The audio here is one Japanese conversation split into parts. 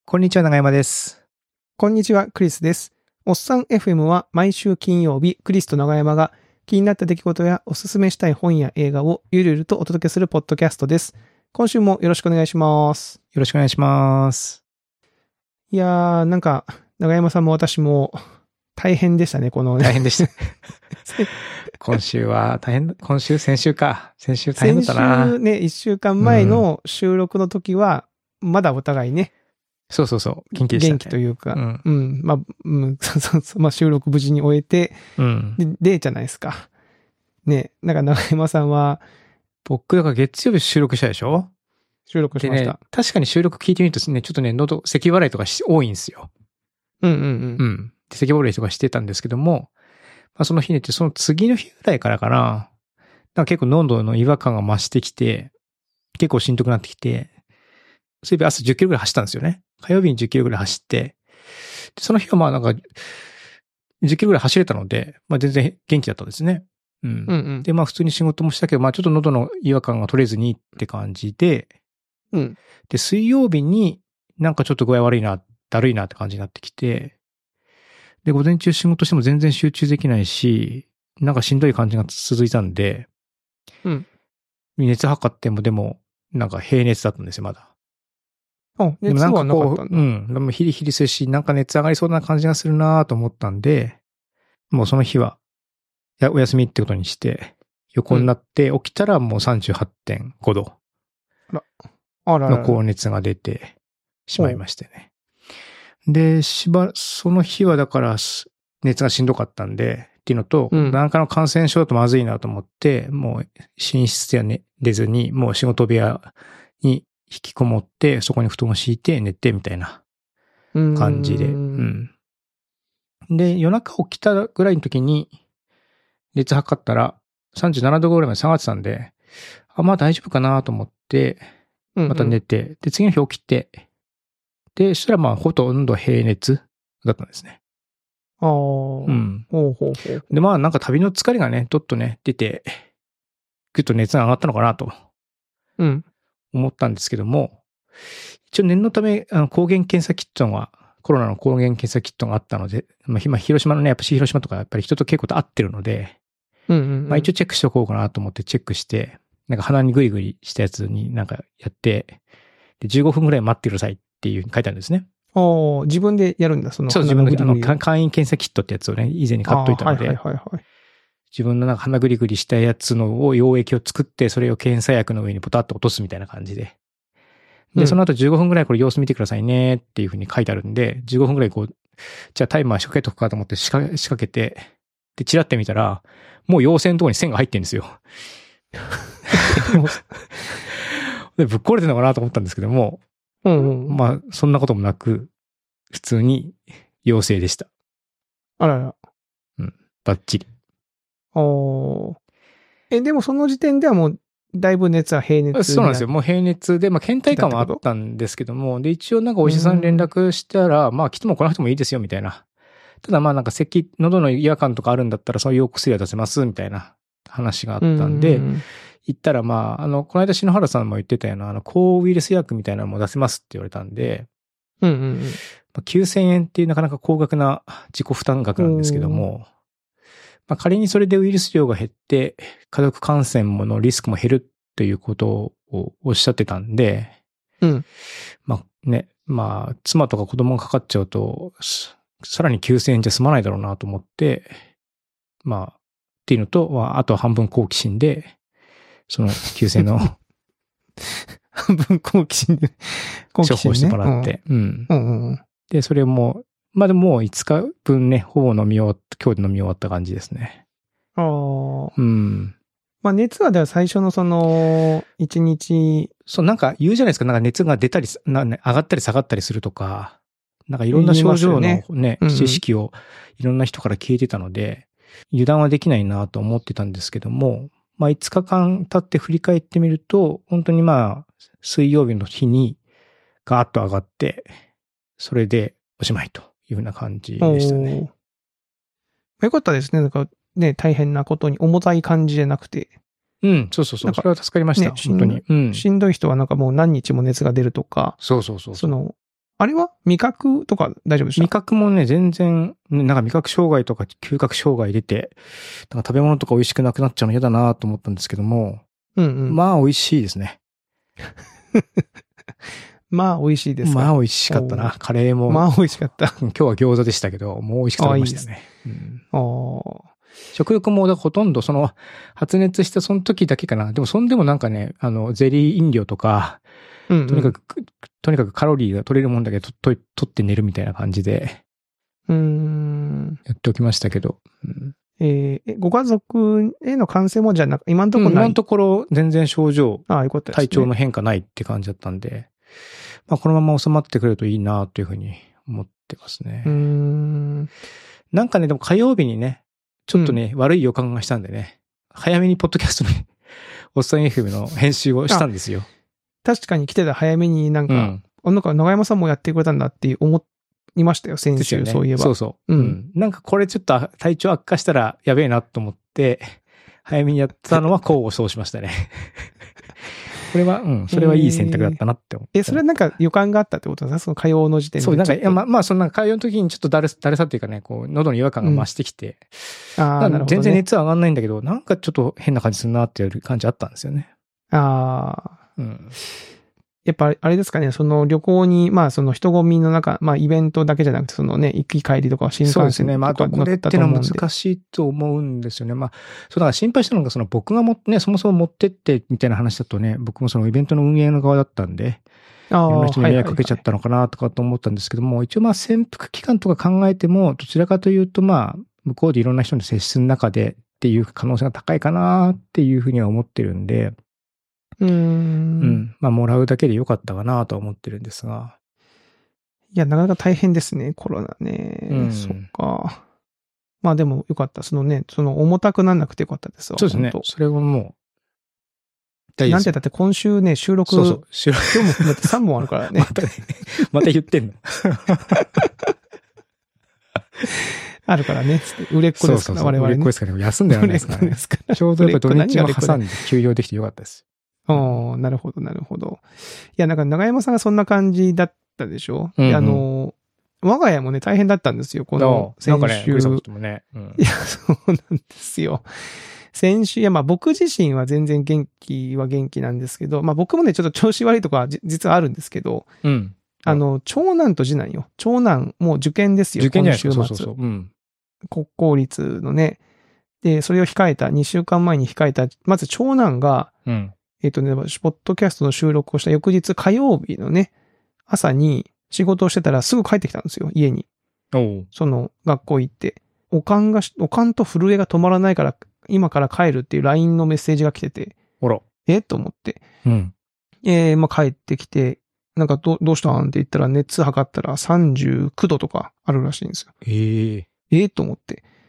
こんにちは、長山です。 こんにちは、クリスです。おっさん FM は毎週金曜日、クリスと長山が気になった出来事やおすすめしたい本や映画をゆるゆるとお届けするポッドキャストです。今週もよろしくお願いします。 よろしくお願いします。 いやー、なんか、長山さんも私も大変でしたね、このね。 大変でした。今週は大変、先週か。先週大変だったな。 先週ね、1週間前の収録の時は、まだお互いね、 そう。元気でしたね。 元気というか、まあ、収録無事に終えて、で、じゃないですか。ね、なんか長山さんは、 僕、だから月曜日収録したでしょ？ 収録しました。 でね、確かに収録聞いてみるとね、ちょっとね、咳払いとか多いんですよ。で、咳払いとかしてたんですけども、まあ、その日ね、その次の日ぐらいからかな、なんか結構喉の違和感が増してきて、結構しんどくなってきて、そういえば朝10キロぐらい走ったんですよね。火曜日に10キロぐらい走って、その日はまあなんか、10キロぐらい走れたので、まあ全然元気だったんですね。で、まあ普通に仕事もしたけど、まあちょっと喉の違和感が取れずにって感じで、で、水曜日になんかちょっと具合悪いな、だるいなって感じになってきて、で、午前中仕事しても全然集中できないし、なんかしんどい感じが続いたんで、熱測ってもでも、なんか平熱だったんですよ、まだ。 熱はなかったんだ。 でもヒリヒリするし、なんか熱上がりそうな感じがするなと思ったんで、もうその日は、お休みってことにして、横になって起きたらもう 38.5 度の高熱が出てしまいましてね。で、その日はだから熱がしんどかったんで、っていうのと、何かの感染症だとまずいなと思って、もう寝室や出ずに、もう仕事部屋に引きこもって、そこに布団を敷いて寝てみたいな感じで。で、夜中起きたぐらいの時に、熱測ったら37度ぐらいまで下がってたんで、まあ大丈夫かなと思って、また寝て、で、次の日起きて、で、そしたらまあほとんど平熱だったんですね。で、まあなんか旅の疲れがね、どっとね、出て、ぐっと熱が上がったのかなと。思ったんですけども、一応念のため、抗原検査キットが、コロナの抗原検査キットがあったので、まあ今広島のね、やっぱし広島とかやっぱり人と結構と会ってるので、まあ一応チェックしておこうかなと思ってチェックして、なんか鼻にグリグリしたやつになんかやって、で15分ぐらい待ってくださいっていう風に書いてあるんですね。 自分でやるんだ、 そう、自分の簡易検査キットってやつをね、以前に買っといたので、自分のなんか鼻グリグリしたやつの溶液を作って、それを検査薬の上にポタッと落とすみたいな感じで。で、その後15分ぐらいこれ様子見てくださいねっていう風に書いてあるんで、15分ぐらいこう、じゃあタイマー仕掛けとくかと思って仕掛けて、で、チラって見たら、もう陽性のところに線が入ってるんですよ。で、ぶっ壊れてるのかなと思ったんですけども、まあ、そんなこともなく、普通に陽性でした。 あらら。 バッチリ。 でもその時点ではもう、だいぶ熱は平熱そうなんですよ。もう平熱で、まあ、倦怠感はあったんですけども、で、一応なんかお医者さんに連絡したら、まあ、来ても来なくてもいいですよ、みたいな。ただまあなんか喉の違和感とかあるんだったらそういうお薬は出せます、みたいな話があったんで、言ったらまあ、この間篠原さんも言ってたような、抗ウイルス薬みたいなのも出せますって言われたんで、9000円っていうなかなか高額な自己負担額なんですけども、まあ仮にそれでウイルス量が減って、家族感染のリスクも減るということをおっしゃってたんで、まあね、まあ妻とか子供がかかっちゃうと、さらに9000円じゃ済まないだろうなと思って、まあ、っていうのと、あとは半分好奇心で、その9000円の半分好奇心で、 処方してもらって、で、それも、まあでももう5日分ね、ほぼ今日で飲み終わった感じですね。 まあ熱はでは最初のその、1日。 そう、なんか言うじゃないですか、なんか熱が出たり、上がったり下がったりするとか、なんかいろんな症状のね、知識をいろんな人から聞いてたので、油断はできないなと思ってたんですけども、まあ5日間経って振り返ってみると、本当にまあ、水曜日の日にガーッと上がって、それでおしまいというふうな感じでしたね。 よかったですね。なんかね、大変なことに重たい感じじゃなくて。 そう。それは助かりました。本当に。 しんどい人はなんかもう何日も熱が出るとか。 そう。 その、 あれは味覚とか大丈夫でした？ 味覚もね、全然、なんか味覚障害とか嗅覚障害出て、なんか食べ物とか美味しくなくなっちゃうの嫌だなと思ったんですけども、 うんうん。 まあ美味しいですね。 まあ美味しいですか。 まあ美味しかったな。カレーも。 まあ美味しかった。 今日は餃子でしたけど、もう美味しく食べましたね。食欲もほとんどその発熱したその時だけかな。でもそんでもなんかね、ゼリー飲料とか、とにかくカロリーが取れるもんだけ取って寝るみたいな感じで、やっておきましたけど。 ご家族への感染もじゃなく、今のところない？ 今のところ全然症状、 よかったですね、 体調の変化ないって感じだったんで、まあこのまま収まってくれるといいなというふうに思ってますね。なんかね、でも火曜日にね、ちょっとね、悪い予感がしたんでね、早めにポッドキャストにおっさん FM の編集をしたんですよ。 確かに来てた早めになんか、なんか長山さんもやってくれたんだって思いましたよ、先週、そういえば。 そうそう。なんかこれちょっと体調悪化したらやべえなと思って、早めにやったのは功を奏しましたね。これは、それはいい選択だったなって思って。 それはなんか予感があったってことですか？その火曜の時点で。 そう、なんか、まあ、そんな火曜の時にちょっとだるさっていうかね、こう、喉の違和感が増してきて。 なるほどね。 全然熱は上がんないんだけど、なんかちょっと変な感じするなっていう感じあったんですよね。 やっぱあれですかね、その旅行に、まあその人混みの中、まあイベントだけじゃなくて、そのね、行き帰りとか新幹線とかそうですね。まあどこでっていうのは難しいと思うんですよね。まあ、そうだから心配したのが、その僕がそもそも持ってってみたいな話だとね、僕もそのイベントの運営の側だったんで、いろんな人に迷惑かけちゃったのかなとかと思ったんですけども、一応まあ潜伏期間とか考えても、どちらかというとまあ、向こうでいろんな人に接する中でっていう可能性が高いかなっていうふうには思ってるんで、まあ、もらうだけでよかったかなとは思ってるんですが。 いや、なかなか大変ですね、コロナね。そっか。まあでもよかった。そのね、重たくなんなくてよかったですわ。 そうですね。それはもう、 なんてだって今週ね、収録、今日も含めて3本あるからね。 また言ってんのあるからね。売れっ子ですから、我々ね。 売れっ子ですから、休んでないですからね。ちょうどやっぱ土日も挟んで休養できてよかったです。 なるほど、なるほど。いや、なんか長山さんがそんな感じだったでしょ？我が家もね、大変だったんですよ、この先週。なんかね、いや、そうなんですよ。先週、いや、まあ僕自身は全然元気なんですけど、まあ僕もね、ちょっと調子悪いとこは実はあるんですけど、長男と次男よ。長男、もう受験ですよ、 受験じゃないですか、そう。国公立のね。で、それを控えた、2週間前に控えた、まず長男が、ポッドキャストの収録をした翌日火曜日のね、朝に仕事をしてたらすぐ帰ってきたんですよ、家に。その学校行って。おかんと震えが止まらないから、今から帰るっていう LINE のメッセージが来てて。と思って。まあ帰ってきて、なんかどうしたんって言ったら熱測ったら39度とかあるらしいんですよ。と思って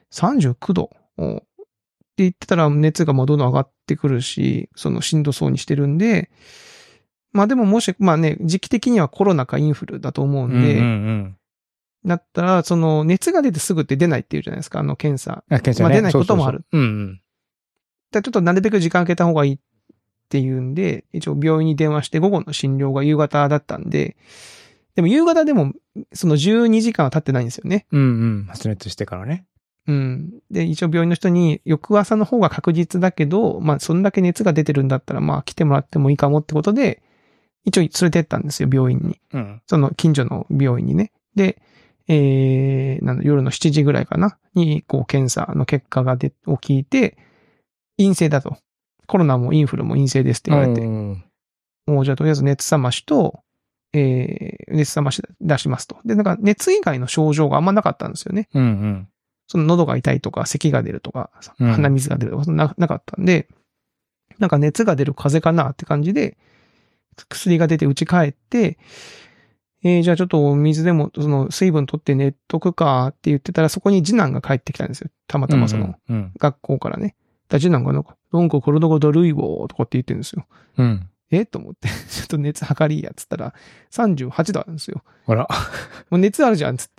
。39度って言ってたら熱がどんどん上がってくるし、しんどそうにしてるんで、まあでもまあね、時期的にはコロナかインフルだと思うんで、だったら、熱が出てすぐって出ないっていうじゃないですか、検査。まあ出ないこともある。ちょっとなるべく時間空けた方がいいっていうんで、一応病院に電話して午後の診療が夕方だったんで、でも夕方でも、12時間は経ってないんですよね。 発熱してからね。 で、一応病院の人に、翌朝の方が確実だけど、まあ、そんだけ熱が出てるんだったら、まあ、来てもらってもいいかもってことで、一応連れてったんですよ、病院に。その近所の病院にね。で、夜の7時ぐらいかな、に、検査の結果を聞いて、陰性だと。コロナもインフルも陰性ですって言われて。もうじゃあとりあえず熱冷ましと、熱冷まし出しますと。で、なんか熱以外の症状があんまなかったんですよね。その喉が痛いとか、咳が出るとか、鼻水が出るとか、なかったんで、なんか熱が出る風邪かなって感じで、薬が出て家帰って、じゃあちょっと水でも、水分取って寝とくかって言ってたら、そこに次男が帰ってきたんですよ。たまたま学校からね。次男がなんか体がだるいわとかって言ってるんですよ。と思って、ちょっと熱測りやっつったら、38度あるんですよ。 あら。 もう熱あるじゃんっつって。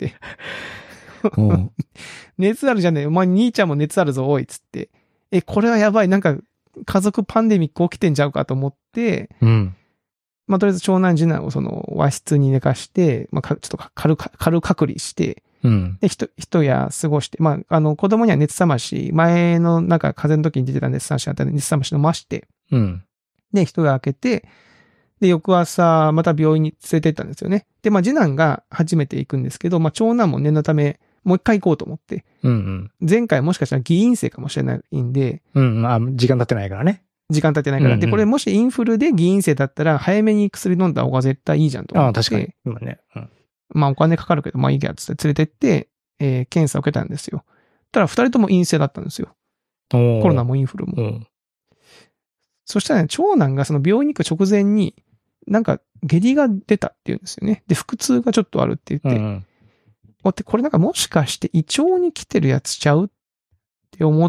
熱あるじゃねえ。お前兄ちゃんも熱あるぞ、おいっつって。これはやばい。なんか、家族パンデミック起きてんちゃうかと思って、 まあ、とりあえず長男次男をその和室に寝かして、まあ、ちょっと軽隔離して、 うん。 で、一夜過ごして、まあ、子供には熱冷まし、前のなんか風邪の時に出てた熱冷ましあったんで、熱冷まし飲まして、 うん。 で、一夜明けて、で、翌朝、また病院に連れて行ったんですよね。で、まあ、次男が初めて行くんですけど、まあ、長男も念のため、もう一回行こうと思って、 うん。 前回もしかしたら偽陰性かもしれないんで、 うん。まあ、時間経ってないからね。 時間経ってないから。 うんうんで、これもしインフルで偽陰性だったら、早めに薬飲んだ方が絶対いいじゃんと思って。 ああ、確かに。今ね。うん。 まあ、お金かかるけど、まあいいやつって連れてって、検査を受けたんですよ。ただ、二人とも陰性だったんですよ。 ココロナもインフルも。 うん。 そしたらね、長男がその病院に行く直前に、なんか下痢が出たって言うんですよね。で、腹痛がちょっとあるって言って、これなんかもしかして胃腸に来てるやつちゃうって思って、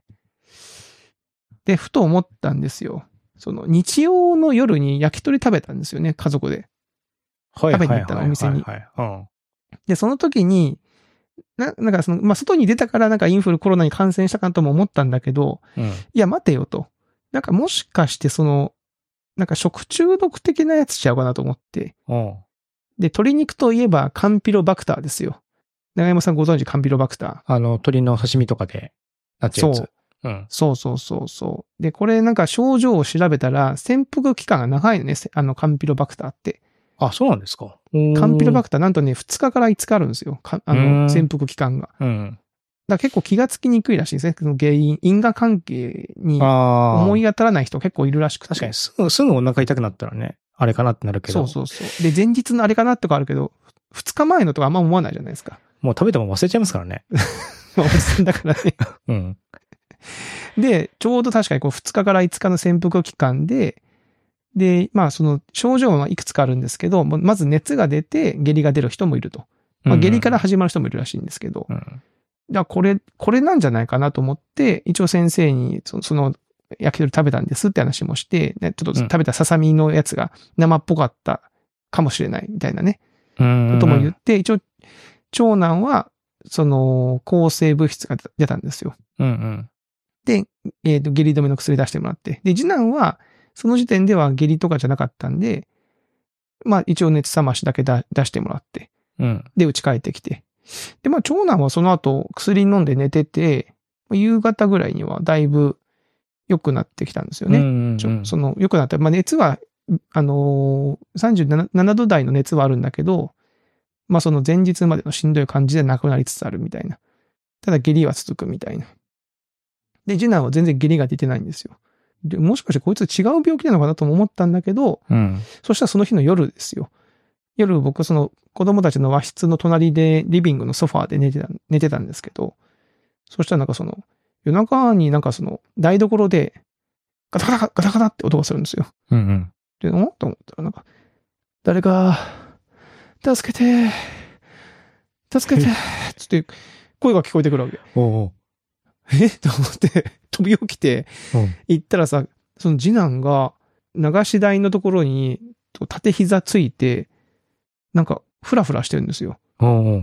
で、ふと思ったんですよ。その日曜の夜に焼き鳥食べたんですよね、家族で。 はい。 食べに行ったのお店に。で、その時に、なんかその、まあ、外に出たからなんかインフルコロナに感染したかとも思ったんだけど、いや、待てよと。なんかもしかしてその、なんか食中毒的なやつちゃうかなと思って。で、鶏肉といえばカンピロバクターですよ。長山さんご存知カンピロバクター。 鶏の刺身とかでなっちゃうやつ。 そう。で、これなんか症状を調べたら、潜伏期間が長いのね、カンピロバクターって。 あ、そうなんですか。 カンピロバクターなんとね、2日から5日あるんですよ。潜伏期間が。だから結構気がつきにくいらしいですね。その原因、因果関係に思い当たらない人結構いるらしくて。 確かにすぐお腹痛くなったらね、あれかなってなるけど。 そう。で、前日のあれかなとかあるけど、2日前のとかあんま思わないじゃないですか。 もう食べても忘れちゃいますからね。 まあ、おじさんだからね。で、ちょうど確かにこう2日から5日の潜伏期間で、まあその症状はいくつかあるんですけど、まず熱が出て下痢が出る人もいると。まあ、下痢から始まる人もいるらしいんですけど、これなんじゃないかなと思って、一応先生にその焼き鳥食べたんですって話もして、ね、ちょっと食べたささみのやつが生っぽかったかもしれないみたいなね、ことも言って、一応長男はその抗生物質が出たんですよ。で、下痢止めの薬出してもらって。で、次男は、その時点では下痢とかじゃなかったんで、まあ一応熱冷ましだけ出してもらって。で、家帰ってきて。で、まあ長男はその後薬飲んで寝てて、夕方ぐらいにはだいぶ良くなってきたんですよね。良くなった。まあ熱は、37度台の熱はあるんだけど、まあその前日までのしんどい感じでなくなりつつあるみたいな。ただ下痢は続くみたいな。で、次男は全然下痢が出てないんですよ。で、もしかしてこいつ違う病気なのかなとも思ったんだけど、そしたらその日の夜ですよ。夜僕その子供たちの和室の隣でリビングのソファーで寝てたんですけど、そしたらなんかその夜中になんかその台所でガタガタガタガタって音がするんですよ。で、と思ったらなんか、誰か、助けてつって声が聞こえてくるわけ。と思って飛び起きて行ったらさ、その次男が流し台のところに縦膝ついて、なんかフラフラしてるんですよ。ど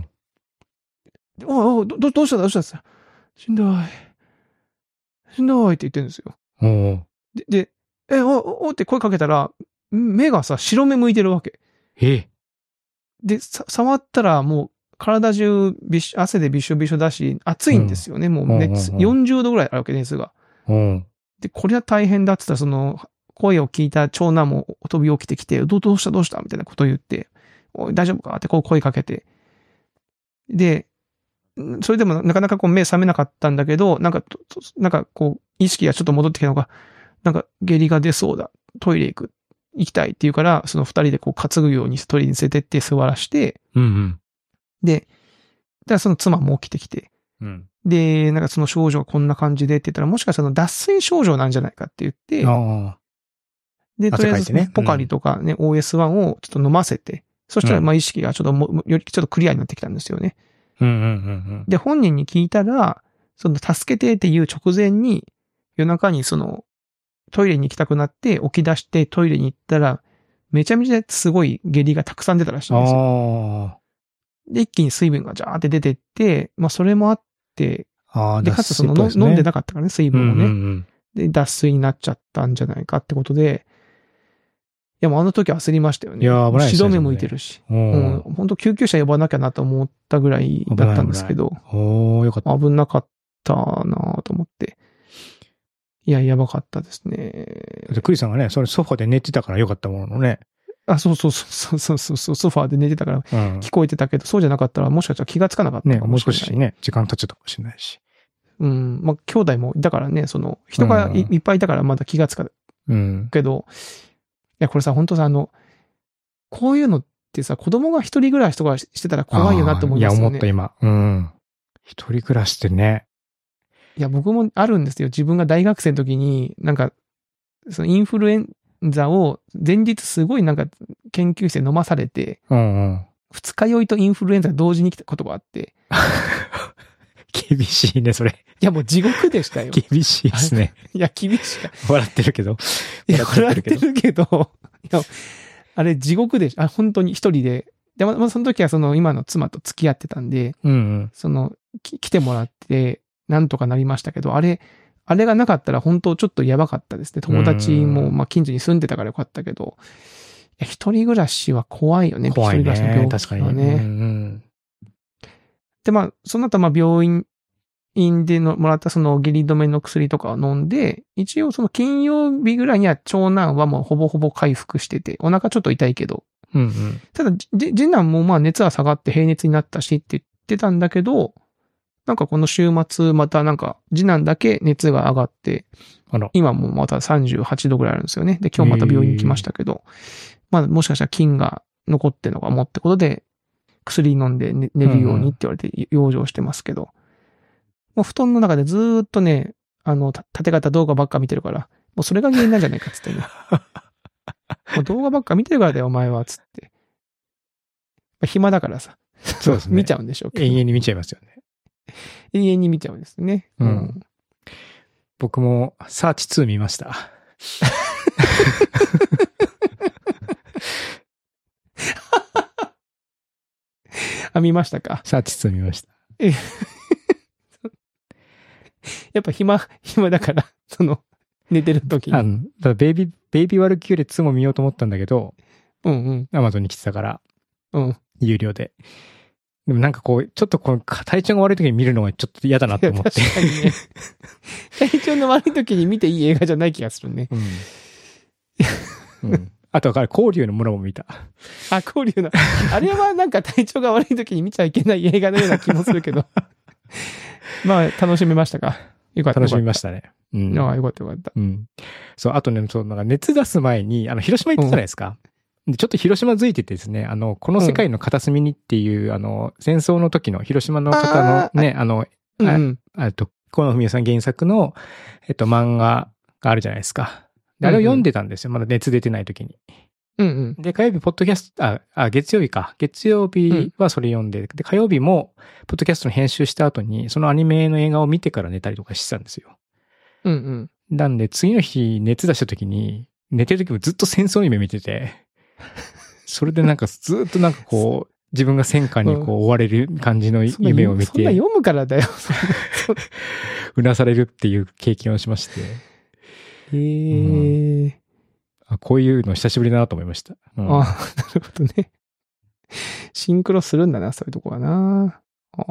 うしたしんどいって言ってるんですよ。で、って声かけたら、目がさ、白目向いてるわけ。で、触ったらもう体中汗でびしょびしょだし、暑いんですよね。もう熱、40度ぐらいあるわけ、熱が。で、これは大変だって言ったら、その、声を聞いた長男も飛び起きてきて、どうしたみたいなことを言って、おい、大丈夫かってこう声かけて。で、それでもなかなかこう目覚めなかったんだけど、なんかこう、意識がちょっと戻ってきたのが、なんか下痢が出そうだ。トイレ行きたいって言うから、その二人でこう担ぐようにトイレに連れてって座らして、で、その妻も起きてきて、で、なんかその症状がこんな感じでって言ったら、もしかしたら脱水症状なんじゃないかって言って、で、とりあえずポカリとかね、OS1 をちょっと飲ませて、そしたらまあ意識がちょっとクリアになってきたんですよね。で、本人に聞いたら、その助けてっていう直前に、夜中にそのトイレに行きたくなって起き出してトイレに行ったら、めちゃめちゃすごい下痢がたくさん出たらしいんですよ。で、一気に水分がジャーって出てって、まあそれもあって、で、かつその飲んでなかったからね、水分をね。で、脱水になっちゃったんじゃないかってことで、 や、もうあの時焦りましたよね。 いや、危ないですね。 白目向いてるし。 うん。 本当救急車呼ばなきゃなと思ったぐらいだったんですけど。 おー、よかった。 危なかったなと思って。いや、やばかったですね。 で、クリさんがね、それソファで寝てたからよかったもののね。 そう、ソファーで寝てたから聞こえてたけど、そうじゃなかったらもしかしたら気がつかなかったね、もうかもしれない。 少しね、時間経っちゃったかもしれないし。 まあ、兄弟もいたからね、人がいっぱいいたからまだ気がつかないけど、いや、これさ、本当さ、こういうのってさ、子供が一人暮らしとかしてたら怖いよなって思いますよね。 いや、思った今。一人暮らしってね。 いや、僕もあるんですよ。自分が大学生の時に、なんか、そのインフルエンザを前日すごいなんか研究室で飲まされて、二日酔いとインフルエンザが同時に来たことがあって。 厳しいね、それ。 いや、もう地獄でしたよ。 厳しいですね。 いや、厳しい。 笑ってるけど。 いや、笑ってるけど、いや、あれ地獄でした。本当に一人で。で、まあ、その時は今の妻と付き合ってたんで、来てもらって、なんとかなりましたけど、あれがなかったら本当ちょっとやばかったですね。友達も、まあ、近所に住んでたからよかったけど、いや、一人暮らしは怖いよね。 怖いね。 一人暮らしの病気はね。 確かに。 で、まあ、その後、まあ、病院でもらった下痢止めの薬とかを飲んで、一応金曜日ぐらいには長男はもうほぼほぼ回復してて、お腹ちょっと痛いけど、ただ、次男もまあ熱は下がって平熱になったしって言ってたんだけど、なんかこの週末またなんか次男だけ熱が上がって、今もまた38度ぐらいあるんですよね。で、今日また病院に来ましたけど、まあもしかしたら菌が残ってるのかもってことで、薬飲んで寝るようにって言われて養生してますけど、もう布団の中でずーっとね、縦型動画ばっか見てるから、もうそれが原因なんじゃないかっつってね。もう動画ばっか見てるからだよ、お前は、つって。暇だからさ。 そうですね。 見ちゃうんでしょうけど。 永遠に見ちゃいますよね。 永遠に見ちゃうんですね。 僕も、サーチ2見ました。 見ましたか。 サーチ2見ました。 やっぱ暇だから、寝てる時に。 ベイビーワルキューレ2も見ようと思ったんだけど、アマゾンに来てたから、有料で。でもなんかこう、ちょっと体調が悪い時に見るのがちょっと嫌だなと思って。 確かにね。体調の悪い時に見ていい映画じゃない気がするね。 あと、紅竜の村も見た。 紅竜の。あれはなんか体調が悪い時に見ちゃいけない映画のような気もするけど。まあ、楽しめましたか。よかった。 楽しみましたね。 よかったよかった。 そう、あとね、なんか熱出す前に、広島行ってたじゃないですか。でちょっと広島付いててですね、この世界の片隅にっていう、戦争の時の広島の方のね、河野文雄さん原作の、漫画があるじゃないですか。であれを読んでたんですよ。まだ熱出てない時に。で、火曜日、ポッドキャスト、月曜日か。月曜日はそれ読んで、で、火曜日も、ポッドキャストの編集した後に、そのアニメの映画を見てから寝たりとかしてたんですよ。なんで、次の日、熱出した時に、寝てる時もずっと戦争の夢見てて、それでなんかずっとなんかこう、自分が戦火に追われる感じの夢を見て、 そんな読むからだよ。 うなされるっていう経験をしまして。こういうの久しぶりだなと思いました。 なるほどね。シンクロするんだな、そういうとこはな。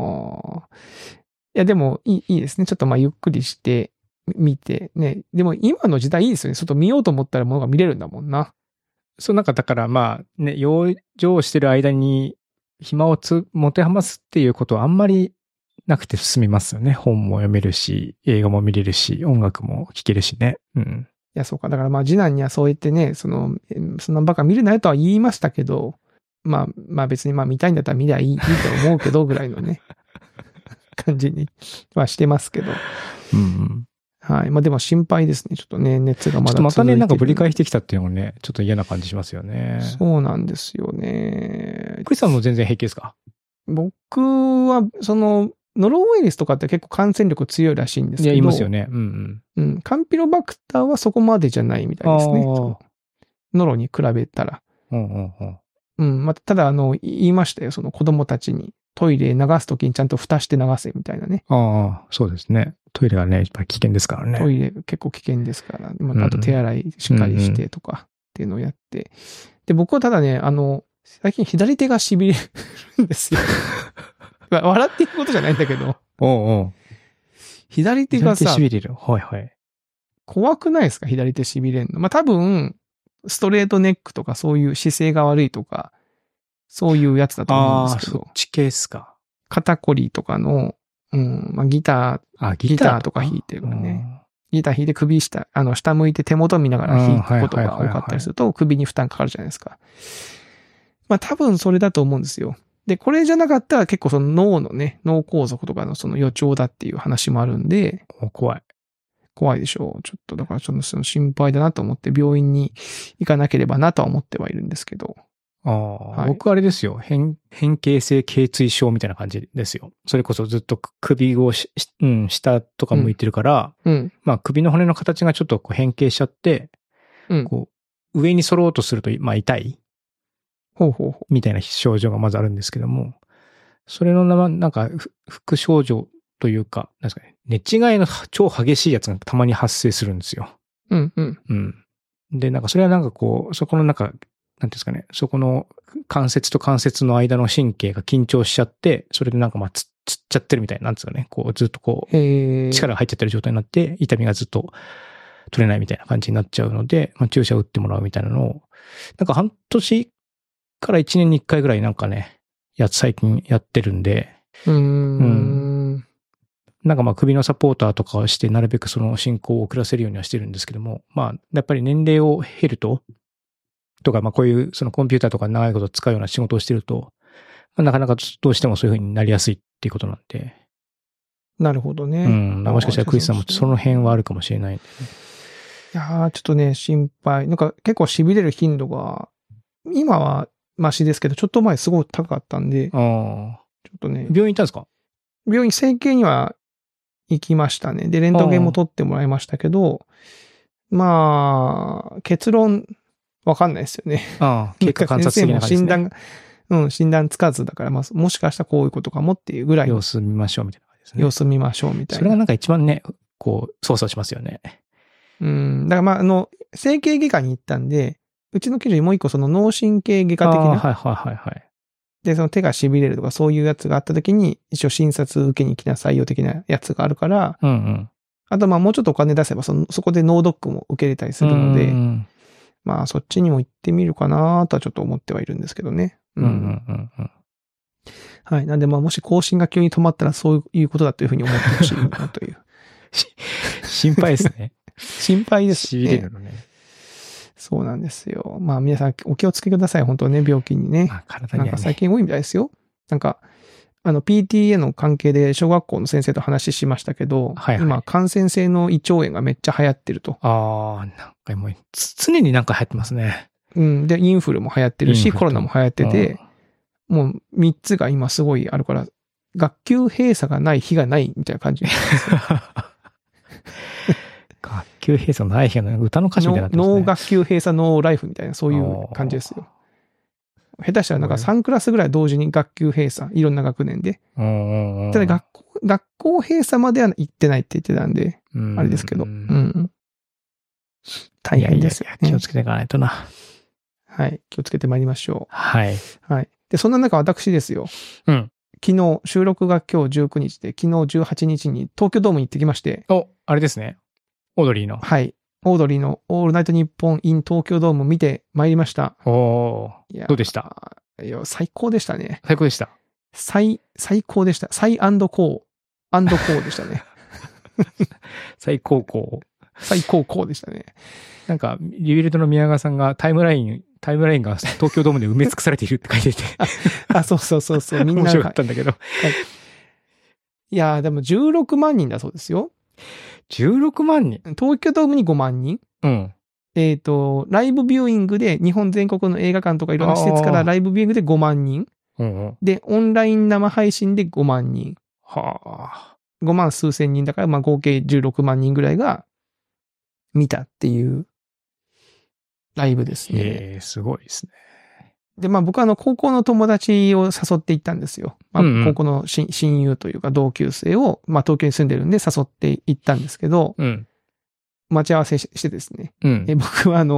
いや、でもいいですね。ちょっとまあゆっくりして見てね。でも今の時代いいですよね。外見ようと思ったらものが見れるんだもんな。 そう、なんかだからまあね、養生してる間に暇を持て余すっていうことはあんまりなくて済みますよね。本も読めるし、映画も見れるし、音楽も聴けるしね。いや、そうか。だからまあ次男にはそう言ってね、そんなバカ見るなよとは言いましたけど、まあ別にまあ見たいんだったら見りゃいいと思うけどぐらいのね、感じにはしてますけど。はい。まあでも心配ですね。ちょっとね、熱がまだ続いてる。ちょっとまたね、なんかぶり返してきたっていうのがね、ちょっと嫌な感じしますよね。 そうなんですよね。 クリスさんも全然平気ですか？ 僕は、ノロウイルスとかって結構感染力強いらしいんですけど。 いや、いますよね。 カンピロバクターはそこまでじゃないみたいですね。ノロに比べたら。まあ、ただ、言いましたよ。その子供たちに。トイレ流すときにちゃんと蓋して流せみたいなね。 そうですね。トイレはね、やっぱり危険ですからね。 トイレ結構危険ですから。あと手洗いしっかりしてとかっっていうのをやって。で、僕はただね、最近左手が痺れるんですよ。笑っていくことじゃないんだけど。 おう左手がさ、 左手痺れる。はいはい。 怖くないですか左手痺れるの。まあ、多分、ストレートネックとかそういう姿勢が悪いとか、そういうやつだと思うんですけど。 そっち系っすか。 肩こりとかの、まあ、ギターとか弾いてるからね。ギター弾いて首下向いて手元見ながら弾くことが多かったりすると首に負担かかるじゃないですか。まあ多分それだと思うんですよ。で、これじゃなかったら結構その脳のね、脳梗塞とかのその予兆だっていう話もあるんで。 怖いでしょう。ちょっとだからその心配だなと思って病院に行かなければなとは思ってはいるんですけど。 はい、僕あれですよ。変形性頚椎症みたいな感じですよ。それこそずっと首を下とか向いてるから、まあ首の骨の形がちょっとこう変形しちゃって、こう上に反ろうとすると、まあ痛い。みたいな症状がまずあるんですけども、それのなんか副症状というか、なんですかね、寝違いの超激しいやつがたまに発生するんですよ。で、なんかそれはなんかこう、そこのなんか、なんですかね、そこの関節と関節の間の神経が緊張しちゃって、それでなんかまあつっちゃってるみたいな、なんですかね、こうずっとこう、力が入っちゃってる状態になって、痛みがずっと取れないみたいな感じになっちゃうので、まあ注射を打ってもらうみたいなのを、なんか半年から1年に1回ぐらいなんかね、最近やってるんで、なんかまあ首のサポーターとかをして、なるべくその進行を遅らせるようにはしてるんですけども、まあやっぱり年齢を経ると、とか、まあこういうそのコンピューターとか長いこと使うような仕事をしてると、まあ、なかなかどうしてもそういう風になりやすいっていうことなんで。 なるほどね。 もしかしたらクリスさんもその辺はあるかもしれない、ね。 いやー、ちょっとね、心配。なんか結構痺れる頻度が、今はマシですけど、ちょっと前すごい高かったんで、ちょっとね。 病院行ったんですか？ 病院、整形には行きましたね。で、レントゲンも取ってもらいましたけど、まあ、結論、わかんないですよね。 経過観察的な感じですね。 診断つかずだから、まあ、もしかしたらこういうことかもっていうぐらい。 様子見ましょうみたいな感じですね。 様子見ましょうみたいな。 それがなんか一番ね、こう、操作しますよね。 だからまあ、整形外科に行ったんで、うちの記事にもう一個その脳神経外科的な。で、その手が痺れるとかそういうやつがあった時に、一応診察受けに来なさいよ的なやつがあるから、あとまあもうちょっとお金出せばそこで脳ドックも受けれたりするので、まあそっちにも行ってみるかなとはちょっと思ってはいるんですけどね。はい。なんでまあもし更新が急に止まったらそういうことだというふうに思ってほしいなという。 心配ですね。 心配ですね。 痺れるのね。 そうなんですよ。まあ皆さんお気をつけください。本当ね、病気にね。 体にはね。 なんか最近多いみたいですよ。なんか、PTA の関係で小学校の先生と話しましたけど、今感染性の胃腸炎がめっちゃ流行ってると。 なんかもう常になんか流行ってますね。 で、インフルも流行ってるし、コロナも流行ってて、もう3つが今すごいあるから、学級閉鎖がない日がないみたいな感じ。 学級閉鎖のない日がない歌の歌詞みたいになってますね。 ノー学級閉鎖ノーライフみたいなそういう感じですよ。下手したらなんか3クラスぐらい同時に学級閉鎖、いろんな学年で。ただ学校閉鎖までは行ってないって言ってたんで、あれですけど。大変ですよ、 ね。気をつけていかないとな。 はい。気をつけてまいりましょう。 はい。 はい。で、そんな中私ですよ。昨日、収録が今日19日で、昨日18日に東京ドームに行ってきまして。 あれですね。オードリーの。 はい。オードリーのオールナイトニッポン in 東京ドーム見てまいりました。 どうでした？ いや、最高でしたね。 最高でした。 最高でした。最高でしたね。 最高校でしたね。 なんか、リビルドの宮川さんがタイムラインが東京ドームで埋め尽くされているって書いてて。 そう。みんな。 面白かったんだけど。 いや、でも16万人だそうですよ。 16万人？ 東京ドームに5万人。ライブビューイングで日本全国の映画館とかいろんな施設からライブビューイングで5万人。で、オンライン生配信で5万人。5万数千人だから、まあ合計16万人ぐらいが見たっていうライブですね。 すごいですね。 で、まあ僕は高校の友達を誘って行ったんですよ。まあ、高校の親友というか同級生を、まあ東京に住んでるんで誘って行ったんですけど、待ち合わせしてですね。僕は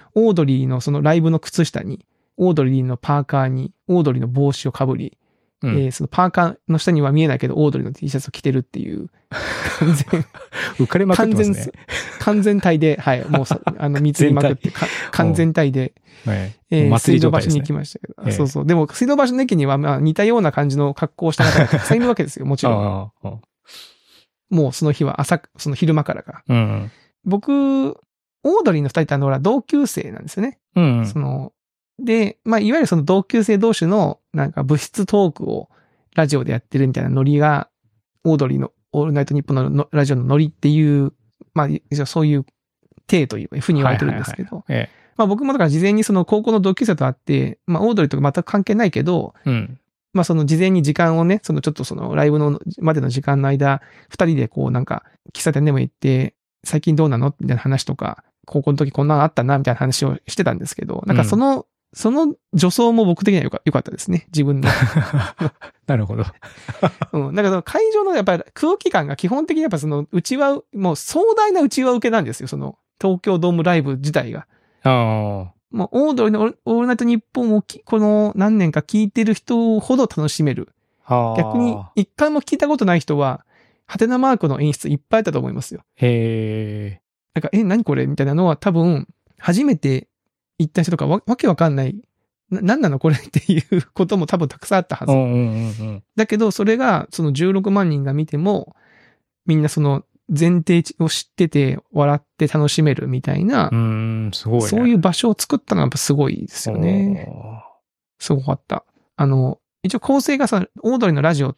オードリーのそのライブの靴下に、オードリーのパーカーに、オードリーの帽子をかぶり、そのパーカーの下には見えないけど、オードリーの T シャツを着てるっていう、 浮かれまくってますね。 完全体で、はい、もう貢ぎまくって、完全体で、水道橋に行きましたけど、そうそう。でも、水道橋の駅には、まあ、似たような感じの格好をした方がたくさんいるわけですよ、もちろん。もうその日はその昼間からが。僕、オードリーの二人って同級生なんですよね。で、まあ、いわゆるその同級生同士の、なんか物質トークをラジオでやってるみたいなノリが、オードリーのオールナイトニッポンのラジオのノリっていう、まあ、そういう体というふうに言われてるんですけど、まあ僕もだから事前にその高校の同級生と会って、まあオードリーとか全く関係ないけど、まあその事前に時間をね、そのちょっとそのライブのまでの時間の間、二人でこうなんか喫茶店でも行って、最近どうなのみたいな話とか、高校の時こんなのあったな、みたいな話をしてたんですけど、なんかその助走も僕的には良かったですね。自分の。 なるほど。 なんかその会場のやっぱり空気感が基本的にやっぱそのもう壮大な内輪受けなんですよ。その東京ドームライブ自体が。もうオードリーのオールナイトニッポンをこの何年か聞いてる人ほど楽しめる。逆に一回も聞いたことない人は、ハテナマークの演出いっぱいあったと思いますよ。なんか、何これみたいなのは多分、初めて行った人とかわけわかんない。何なのこれっていうことも多分たくさんあったはず。だけど、それが、その16万人が見ても、みんなその前提を知ってて、笑って楽しめるみたいな、 すごいね。 そういう場所を作ったのはやっぱすごいですよね。すごかった。一応構成がさ、オードリーのラジオって、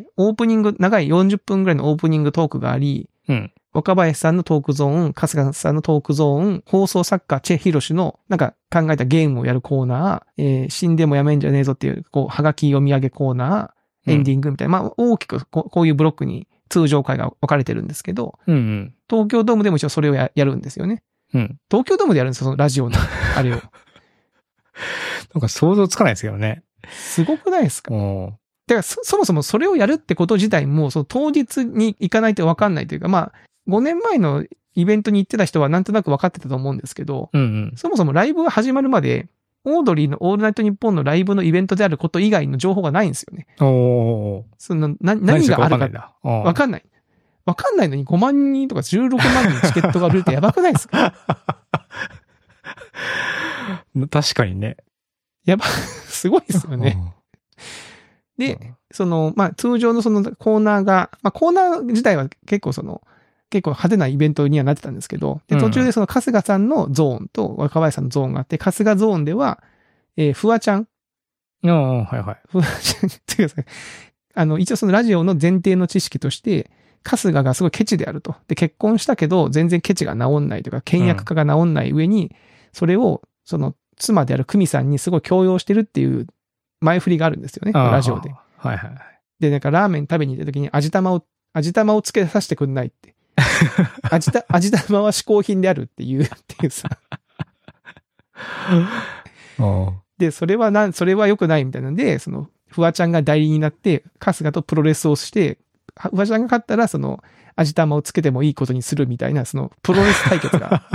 オープニング、長い40分ぐらいのオープニングトークがあり、若林さんのトークゾーン、春日さんのトークゾーン、放送作家、チェ・ヒロシの、なんか考えたゲームをやるコーナー、死んでもやめんじゃねえぞっていう、こう、はがき読み上げコーナー、エンディングみたいな、まあ、大きくこういうブロックに通常回が分かれてるんですけど、東京ドームでも一応それをやるんですよね。東京ドームでやるんですよ、そのラジオの、あれを。 なんか想像つかないですけどね。 すごくないですか？だからそもそもそれをやるってこと自体も、その当日に行かないと分かんないというか、まあ、5年前のイベントに行ってた人はなんとなく分かってたと思うんですけど、そもそもライブが始まるまで、オードリーのオールナイトニッポンのライブのイベントであること以外の情報がないんですよね。その何があるか分かんない。分かんないのに5万人とか16万人チケットが売れるってやばくないですか？ 確かにね。 すごいですよね。で、まあ、通常のそのコーナーが、まあ、コーナー自体は結構派手なイベントにはなってたんですけど、で、途中でその春日さんのゾーンと若林さんのゾーンがあって、春日ゾーンでは、フワちゃん。フワちゃんっていうか、一応そのラジオの前提の知識として、春日がすごいケチであると。で、結婚したけど、全然ケチが治んないというか、倹約家が治んない上に、それを、その、妻である久美さんにすごい強要してるっていう前振りがあるんですよね、ラジオで。で、なんかラーメン食べに行った時に味玉をつけさせてくんないって。味玉は嗜好品であるっていうさ。で、それは良くないみたいなので、その、フワちゃんが代理になって、春日とプロレスをして、フワちゃんが勝ったら、その、味玉をつけてもいいことにするみたいな、その、プロレス対決が。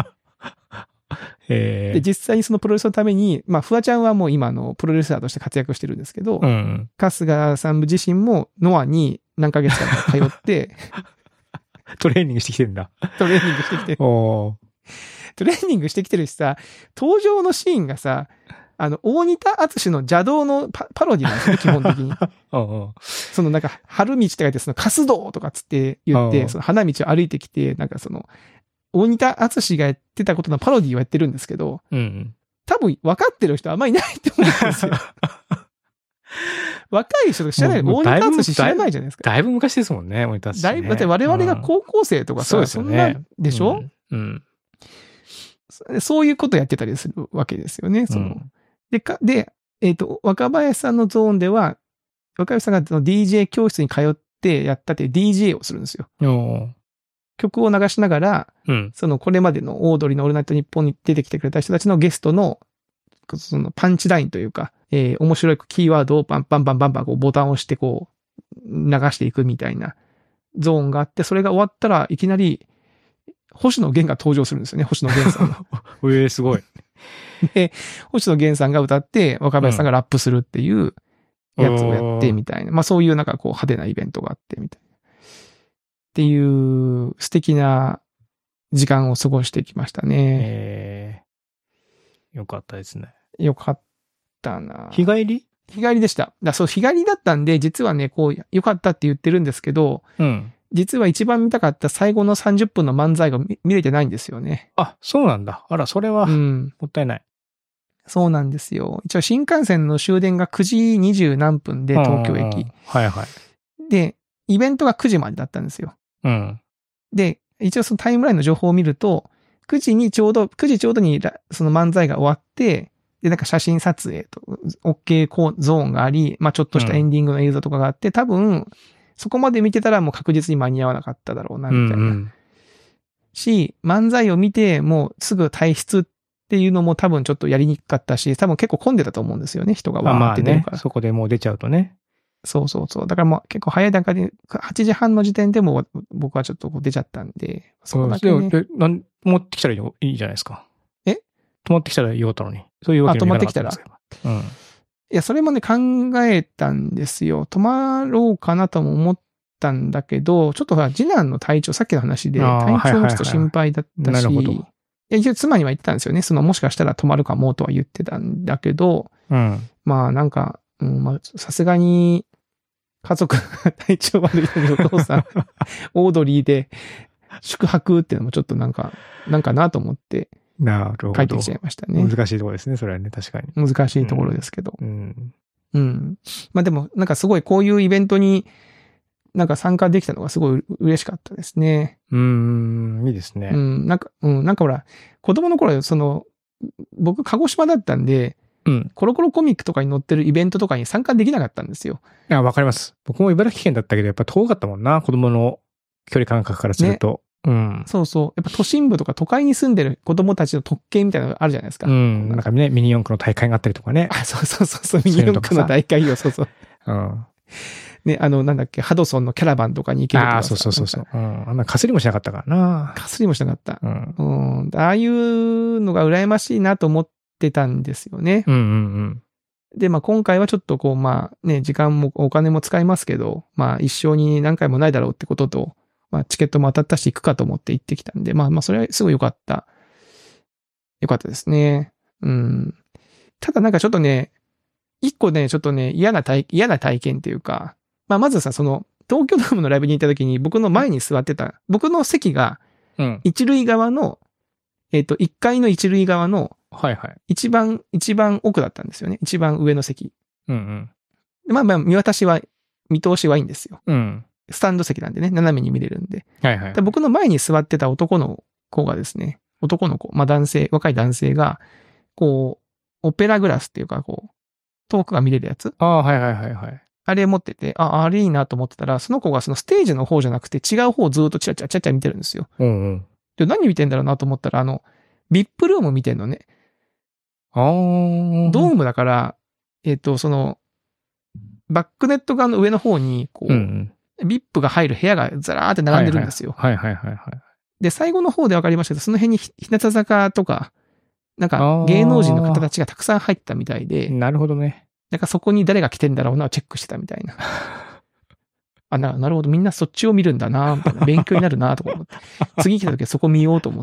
で、実際にそのプロレスのために、まあ、フワちゃんはもう今のプロレスラーとして活躍してるんですけど、春日さん自身もノアに何ヶ月間か通って、 トレーニングしてきてるんだ。 トレーニングしてきてる。トレーニングしてきてるしさ、登場のシーンがさ、大仁田敦の邪道のパロディなんですよ、基本的に。そのなんか、春道って書いて、その、カス道とかつって言って、その花道を歩いてきて、なんかその、大仁田敦がやってたことのパロディをやってるんですけど、多分分かってる人あんまりいないと思うんですよ。若い人とか知らない、大仁田敦知らないじゃないですか。 だいぶ昔ですもんね、大仁田敦。 だって我々が高校生とかさ、そうですよね。でしょ？そういうことやってたりするわけですよね。で、若林さんのゾーンでは、若林さんがDJ 教室に通ってやったって DJ をするんですよ。曲を流しながら、そのこれまでのオードリーのオールナイトニッポンに出てきてくれた人たちのゲストの、そのパンチラインというか、面白いキーワードをバンバンこうボタンを押してこう、流していくみたいなゾーンがあって、それが終わったらいきなり、 星野源が登場するんですよね、星野源さんが。 すごい。 で、星野源さんが歌って、若林さんがラップするっていうやつをやってみたいな。まあそういうなんかこう派手なイベントがあってみたいな。っていう素敵な時間を過ごしてきましたね。 よかったですね。 よかったな。 日帰りでした。そう、日帰りだったんで、実はね、こう、よかったって言ってるんですけど、 うん。 実は一番見たかった最後の30分の漫才が見れてないんですよね。 あ、そうなんだ。あら、それは、もったいない。 そうなんですよ。一応新幹線の終電が9時20何分で東京駅。 はいはい。 で、イベントが9時までだったんですよ。 うん。 で、一応そのタイムラインの情報を見ると、9時ちょうどにその漫才が終わって、で、なんか写真撮影と、OK ゾーンがあり、まあちょっとしたエンディングの映像とかがあって、多分、そこまで見てたらもう確実に間に合わなかっただろうな、みたいな。し、漫才を見て、もうすぐ退出っていうのも多分ちょっとやりにくかったし、多分結構混んでたと思うんですよね、人がわーって出るから。 まあね、そこでもう出ちゃうとね。 そう。だからもう結構早い段階で、8時半の時点でもう僕はちょっと出ちゃったんで、そこだけね。 持ってきたらいいじゃないですか。 泊まってきたらよかったのに。そういうわけにもいかなかったんですけど。うん。 いや、それもね、考えたんですよ。泊まろうかなとも思ったんだけど、ちょっとほら、次男の体調、さっきの話で、体調もちょっと心配だったし、 なるほど。 いや、一応妻には言ってたんですよね。もしかしたら泊まるかもとは言ってたんだけど、まあなんか、さすがに、家族が体調悪いのにお父さん、オードリーで宿泊っていうのもちょっとなんかなと思って、 なるほど。 帰ってきちゃいましたね。 難しいところですね、それはね、確かに。 難しいところですけど。まあでも、なんかすごいこういうイベントになんか参加できたのがすごい嬉しかったですね。 いいですね。 なんかほら、子供の頃、僕、鹿児島だったんで、コロコロコミックとかに載ってるイベントとかに参加できなかったんですよ。 いや、わかります。僕も茨城県だったけど、やっぱ遠かったもんな、子供の距離感覚からすると。 そうそう。やっぱ都心部とか都会に住んでる子供たちの特権みたいなのがあるじゃないですか。 なんかね、ミニ四駆の大会があったりとかね。 あ、そう、ミニ四駆の大会よ、そう。ね、なんだっけ、ハドソンのキャラバンとかに行けるとか。 そう。あんなかすりもしなかったからな。 かすりもしなかった。ああいうのが羨ましいなと思ってたんですよね。で、まあ今回はちょっとこう、まあね、時間もお金も使いますけど、まあ一生に何回もないだろうってことと、まあチケットも当たったし行くかと思って行ってきたんで、まあそれはすごい良かった。良かったですね。ただなんかちょっとね、一個ね、ちょっとね、嫌な体験っていうか、まあまずさ、東京ドームのライブに行った時に僕の前に座ってた、僕の席が、一塁側の、1階の一塁側の、一番奥だったんですよね。一番上の席。まあ見通しはいいんですよ。スタンド席なんでね、斜めに見れるんで。で僕の前に座ってた男の子がですね、男の子、まあ若い男性が、こう、オペラグラスっていうか、こう、遠くが見れるやつ。あれ持ってて、あれいいなと思ってたら、その子がそのステージの方じゃなくて違う方をずっとチラチラ見てるんですよ。で、何見てんだろうなと思ったら、VIP ルーム見てんのね。ドームだから、バックネット側の上の方に、こう、VIP が入る部屋がずらーって並んでるんですよ。で、最後の方で分かりましたけど、その辺に日向坂とか、なんか芸能人の方たちがたくさん入ったみたいで。 なるほどね。 なんかそこに誰が来てんだろうなをチェックしてたみたいな。なるほど、みんなそっちを見るんだな、みたいな。勉強になるな、とか思って。次来た時はそこ見ようと思って。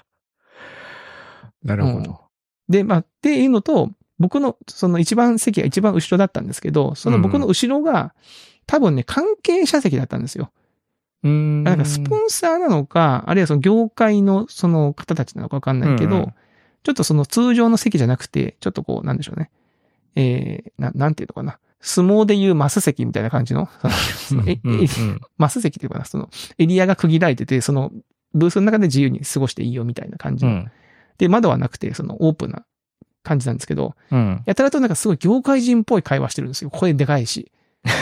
なるほど。 で、まあ、っていうのと、僕の、席が一番後ろだったんですけど、その僕の後ろが、多分ね、関係者席だったんですよ。なんかスポンサーなのか、あるいはその業界のその方たちなのかわかんないけど、ちょっとその通常の席じゃなくて、ちょっとこう、なんでしょうね。なんていうのかな。相撲でいうマス席みたいな感じの、マス席っていうかな、エリアが区切られてて、ブースの中で自由に過ごしていいよみたいな感じの。で、窓はなくて、オープンな感じなんですけど、やたらとなんかすごい業界人っぽい会話してるんですよ。声でかいし。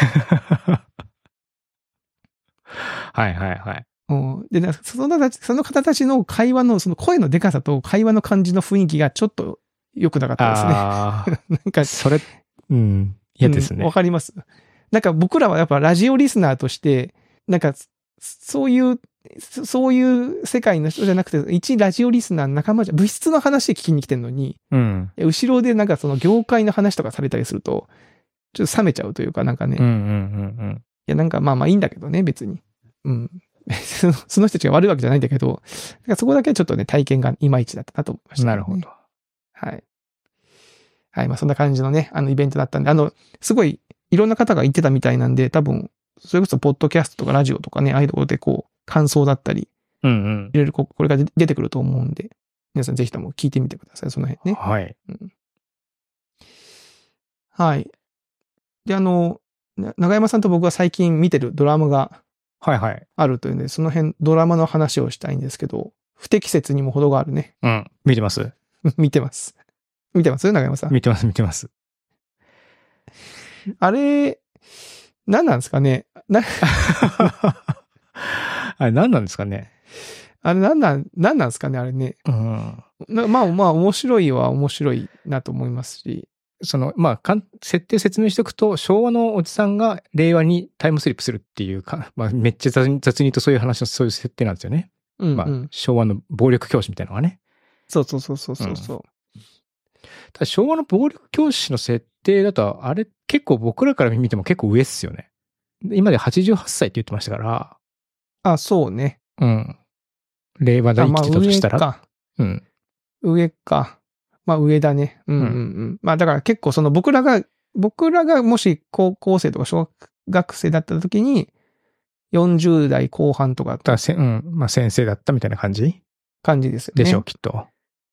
で、その方たちの会話の、声のでかさと会話の感じの雰囲気がちょっと良くなかったですね。なんか、 それ、嫌ですね。 わかります。なんか僕らはやっぱラジオリスナーとして、なんか、 そういう世界の人じゃなくて、一ラジオリスナーの仲間物質の話聞きに来てんのに、 うん。 後ろでなんかその業界の話とかされたりすると、ちょっと冷めちゃうというかなんかね、 うんうんうんいやなんかまあいいんだけどね、別に。うん。その人たちが悪いわけじゃないんだけど、なんかそこだけちょっとね、体験がいまいちだったなと思いましうん。 た、 なるほど。。 はい。はい。まあそんな感じのね、イベントだったんで、すごいいろんな方が言ってたみたいなんで、多分、それこそポッドキャストとかラジオとかね、ああいうところでこう、感想だったり、 うんうんい。ろいろこれが出てくると思うんで、皆さんぜひとも聞いてみてください、その辺ね。 はい。 はい。で、長山さんと僕が最近見てるドラマがはいはい。 あるというんで、その辺、ドラマの話をしたいんですけど、不適切にも程があるね。 うん。見てます見てます。見てます長山さん。 見てます、見てます。 あれ、何なんですかねあれ何なんですかね。 あれ何なんですかねあれね。 うん。 まあ面白いは面白いなと思いますし。 まあ、設定説明しておくと、昭和のおじさんが令和にタイムスリップするっていうか、まあ、めっちゃ雑に言うとそういう話の、そういう設定なんですよね。 うんうん。 まあ、昭和の暴力教師みたいなのがね。 そう。ただ昭和の暴力教師の設定だと、あれ結構僕らから見ても結構上っすよね。今で88歳って言ってましたから。 あ、そうね。 うん。令和で生きてたとしたら。 まあ、 上か。 上か。まあ上だね。まあだから結構その僕らがもし高校生とか小学生だった時に、40代後半とか。 まあ先生だったみたいな感じですよね。 でしょう、きっと。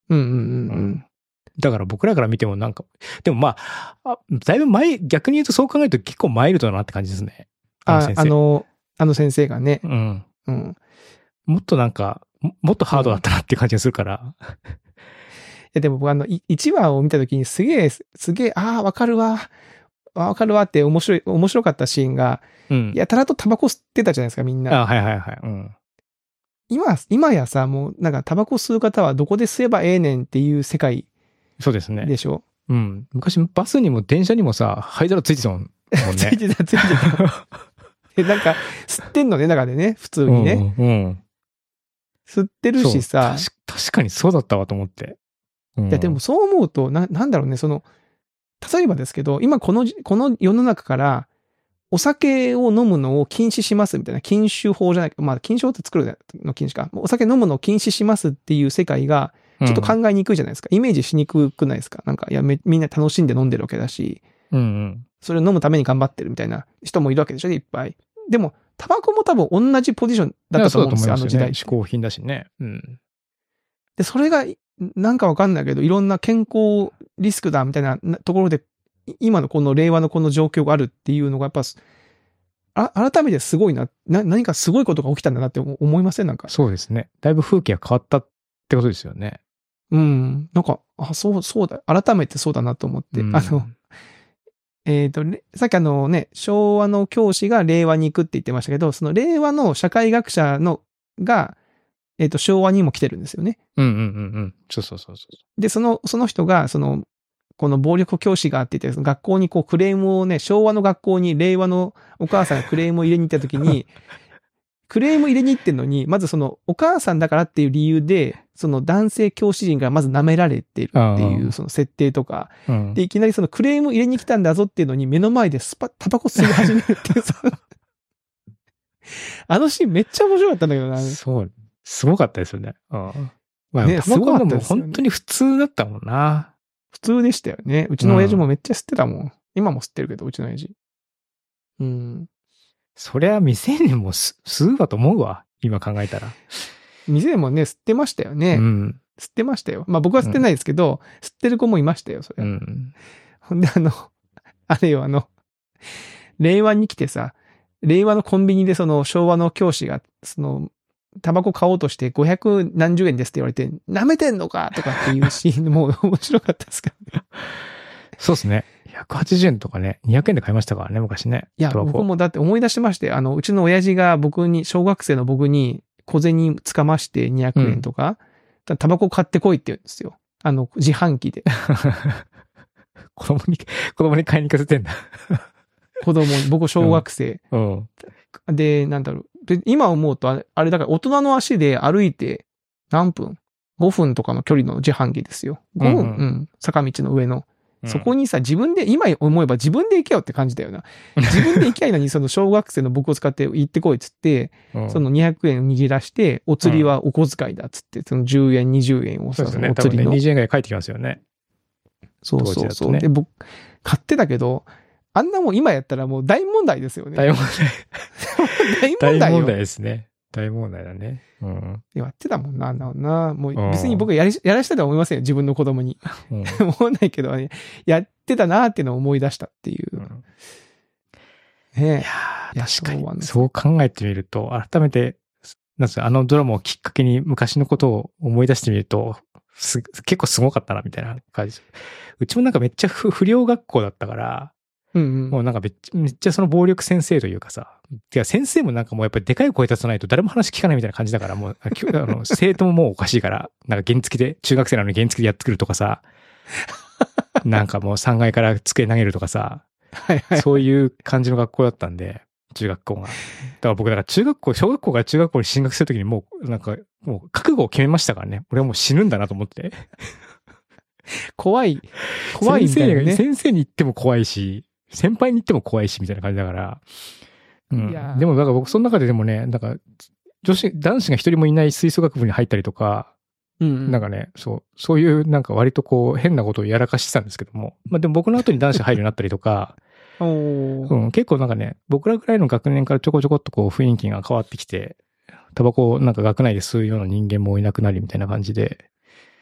だから僕らから見てもなんか、でもまあ、だいぶ逆に言うとそう考えると結構マイルドだなって感じですね。 あの先生がね。もっとなんか、もっとハードだったなっていう感じがするから。 いやでも僕1話を見た時にすげえ、わかるわって面白かったシーンが、やたらとタバコ吸ってたじゃないですか、みんな。 はい。 今やさ、もうなんかタバコ吸う方はどこで吸えばええねんっていう世界そうですね。 でしょ。 昔バスにも電車にもさ、灰皿ついてたもんね。 ついてた。なんか、吸ってんのね、中でね、普通にね。吸ってるしさ。 確かにそうだったわと思って。 いや、でもそう思うと、なんだろうね、例えばですけど、今この世の中から、お酒を飲むのを禁止しますみたいな禁酒法じゃないか。まあ、禁酒法って作るの禁止か。お酒飲むのを禁止しますっていう世界が、ちょっと考えにくいじゃないですか。イメージしにくくないですか。なんか、みんな楽しんで飲んでるわけだし、それを飲むために頑張ってるみたいな人もいるわけでしょ、いっぱい。でも、タバコも多分同じポジションだったと思うんですよ、あの時代。 嗜好品だしね。 で、それが、なんかわかんないけど、いろんな健康リスクだみたいなところで、今のこの令和のこの状況があるっていうのが、やっぱ、改めてすごいな、何かすごいことが起きたんだなって思いませんなんか。 そうですね。だいぶ風景が変わったってことですよね。 なんか、そうだ。改めてそうだなと思って。さっき昭和の教師が令和に行くって言ってましたけど、その令和の社会学者が、昭和にも来てるんですよね。 そう。 で、その人が、この暴力教師がって言って、学校にこうクレームをね、昭和の学校に令和のお母さんがクレームを入れに行った時に、クレーム入れに行ってんのに、まずお母さんだからっていう理由で、その男性教師陣がまず舐められてるっていうその設定とか、で、いきなりそのクレーム入れに来たんだぞっていうのに目の前でタバコ吸い始めるっていう、あのシーンめっちゃ面白かったんだけどな。 そう。すごかったですよね。まあ、 ね、 タバコはもう本当に普通だったもんな。 普通でしたよね。うちの親父もめっちゃ吸ってたもん。今も吸ってるけど、うちの親父。 そりゃ未成年も吸うわと思うわ。今考えたら。 未成年もね、吸ってましたよね。吸ってましたよ。まあ僕は吸ってないですけど、吸ってる子もいましたよ、それ。ほんであれよ、令和に来てさ、令和のコンビニで昭和の教師が、タバコ買おうとして500何十円ですって言われて、舐めてんのかとかっていうシーンも面白かったですからね。 そうですね。180円とかね、200円で買いましたからね、昔ね。 いや、僕もだって思い出しまして、うちの親父が小学生の僕に小銭つかまして200円とか、タバコ買ってこいって言うんですよ。自販機で。 子供に買いに行かせてんだ。 僕小学生。で、なんだろう、 で今思うとあれだから大人の足で歩いて何分 ?5 分とかの距離の自販機ですよ。5分、坂道の上の。そこにさ、今思えば自分で行けよって感じだよな。自分で行きゃいいのに、その小学生の僕を使って行ってこいっつって、その200円握らして、お釣りはお小遣いだっつって、その10円、20円をさ、 そうですね。 お釣りの。 20円ぐらい返ってきますよね。 そうそうそう。で、僕、買ってたけど、あんなもん今やったらもう大問題ですよね。 大問題。 大問題ですね。大問題だね。 やってたもんな、もう別に僕やらしたとは思いませんよ、自分の子供に。思わないけどね、やってたなーっていうのを思い出したっていう。ねいや確かに。そう考えてみると、改めて、あのドラマをきっかけに昔のことを思い出してみると、結構すごかったな、みたいな感じ。うちもなんかめっちゃ不良学校だったから、もうなんかめっちゃその暴力先生というかさ、先生もなんかもうやっぱりでかい声出さないと誰も話聞かないみたいな感じだから、もう、生徒ももうおかしいから、なんか原付で、中学生なのに原付でやってくるとかさ、なんかもう3階から机投げるとかさ、そういう感じの学校だったんで、中学校が。だから僕、小学校から中学校に進学するときにもう覚悟を決めましたからね。俺はもう死ぬんだなと思って。 怖いんだよね。 先生に言っても怖いし、先輩に言っても怖いし、みたいな感じだから。でも、だから僕、その中ででもね、なんか、男子が一人もいない吹奏楽部に入ったりとか、なんかね、そういうなんか割とこう変なことをやらかしてたんですけども、まあでも僕の後に男子入るようになったりとか、結構なんかね、僕らぐらいの学年からちょこちょこっとこう雰囲気が変わってきて、タバコをなんか学内で吸うような人間もいなくなりみたいな感じで、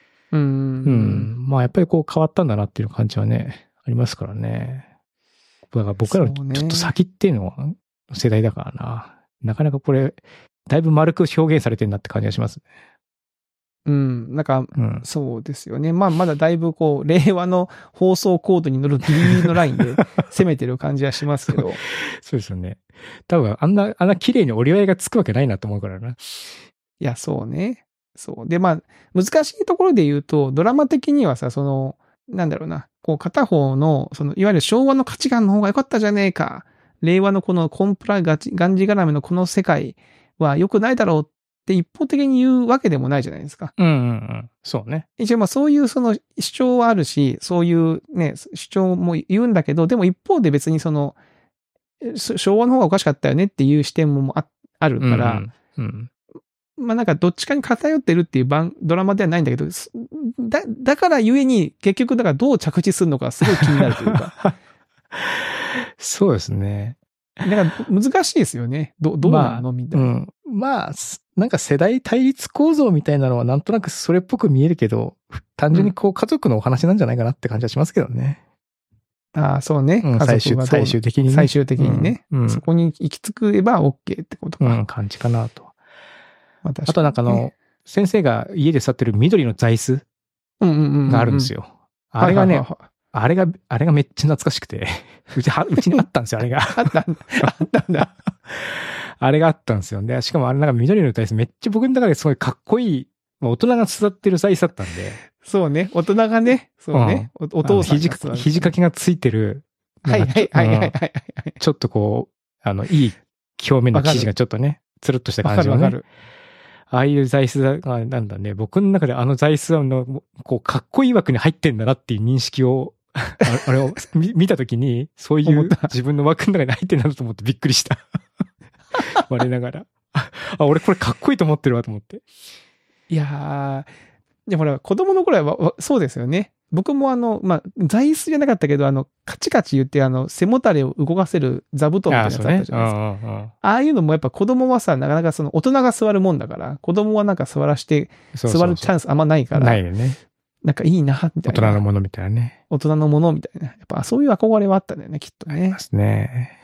まあやっぱりこう変わったんだなっていう感じはね、ありますからね。だから僕らのちょっと先っていうのは世代だからな。なかなかこれ、だいぶ丸く表現されてるなって感じがします。 なんか、そうですよね。まあ、まだだいぶこう、令和の放送コードに乗るギリギリのラインで攻めてる感じはしますけど。 そうですよね。多分、あんな綺麗に折り合いがつくわけないなと思うからな。いや、そうね。そう。で、まあ、難しいところで言うと、ドラマ的にはさ、なんだろうな、こう、片方の、いわゆる昭和の価値観の方が良かったじゃねえか。令和のこのコンプラがんじがらめのこの世界は良くないだろうって一方的に言うわけでもないじゃないですか。 そうね。 一応まあそういうその主張はあるし、そういうね、主張も言うんだけど、でも一方で別に昭和の方がおかしかったよねっていう視点もあるから、まあなんかどっちかに偏ってるっていうドラマではないんだけど、だからゆえに結局だからどう着地するのかすごい気になるというか。 そうですね。 なんか難しいですよね。どうなのみたいな。 まあ、なんか世代対立構造みたいなのはなんとなくそれっぽく見えるけど、単純にこう家族のお話なんじゃないかなって感じはしますけどね。 ああ、そうね。 最終的にね。 最終的にね。そこに行き着けば OK ってことか。 感じかなと。あとなんか先生が家で使ってる緑の座椅子があるんですよ。あれがね、あれがめっちゃ懐かしくて、うちにあったんですよ、あれが。 あったんだ。 あれがあったんですよ。で、しかもあれなんか緑の座椅子めっちゃ僕の中ですごいかっこいい、大人が座ってる座椅子だったんで。 そうね、大人がね、そうね、お父さんが座る。 肘掛けがついてる。 はい。 ちょっとこう、いい表面の生地がちょっとね、つるっとした感じのね。わかる。ああいう座椅子が、なんだね、僕の中であの座椅子こう、かっこいい枠に入ってんだなっていう認識を、あれを見たときに、そういう自分の枠の中に入ってんだなと思ってびっくりした。我ながら。俺これかっこいいと思ってるわと思って。 いやー、でもほら、子供の頃はそうですよね。僕もまあ、座椅子じゃなかったけど、カチカチ言って背もたれを動かせる座布団みたいなやつあったじゃないですか。ああいうのもやっぱ子供はさ、なかなか大人が座るもんだから、子供はなんか座るチャンスあんまないから。 ないよね。 なんかいいな、みたいな。 大人のものみたいなね。 大人のものみたいな。やっぱそういう憧れはあったんだよね、きっとね。ありますね。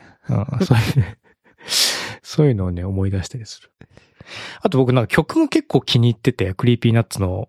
そういうのをね、思い出したりする。あと僕なんか曲も結構気に入ってて、クリーピーナッツの。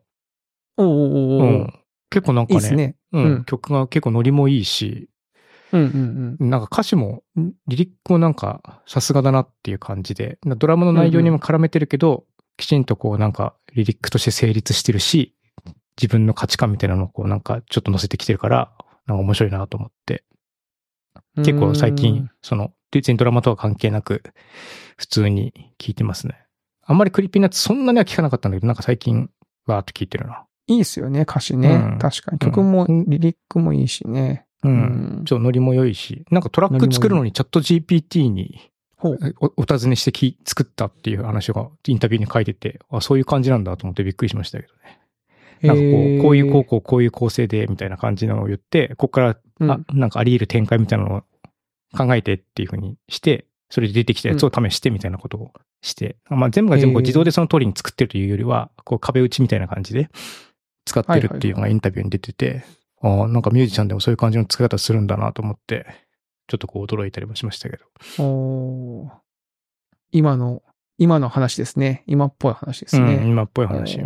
結構なんかね、いいですね。曲が結構ノリもいいし、なんか歌詞も、リリックもなんかさすがだなっていう感じで、ドラマの内容にも絡めてるけど、きちんとこうなんかリリックとして成立してるし、自分の価値観みたいなのをこうなんかちょっと乗せてきてるから、なんか面白いなと思って。結構最近、別にドラマとは関係なく、 普通に聞いてますね。あんまりクリーピーナッツそんなには聞かなかったんだけど、なんか最近、わーっと聞いてるな。 いいですよね、歌詞ね。 うん確かに。曲も、リリックもいいしね。 ちょっとノリも良いし、なんかトラック作るのにチャット GPT にお尋ねして作ったっていう話がインタビューに書いてて、あ、そういう感じなんだと思ってびっくりしましたけどね。なんかこういうこういう構成でみたいな感じなのを言って、ここから、なんかあり得る展開みたいなのを考えてっていう風にして、それで出てきたやつを試してみたいなことをして、まあ全部が全部自動でその通りに作ってるというよりは、こう壁打ちみたいな感じで使ってるっていうのがインタビューに出てて、なんかミュージシャンでもそういう感じの使い方するんだなと思って、ちょっとこう驚いたりもしましたけど。 今の話ですね。今っぽい話ですね。 今っぽい話。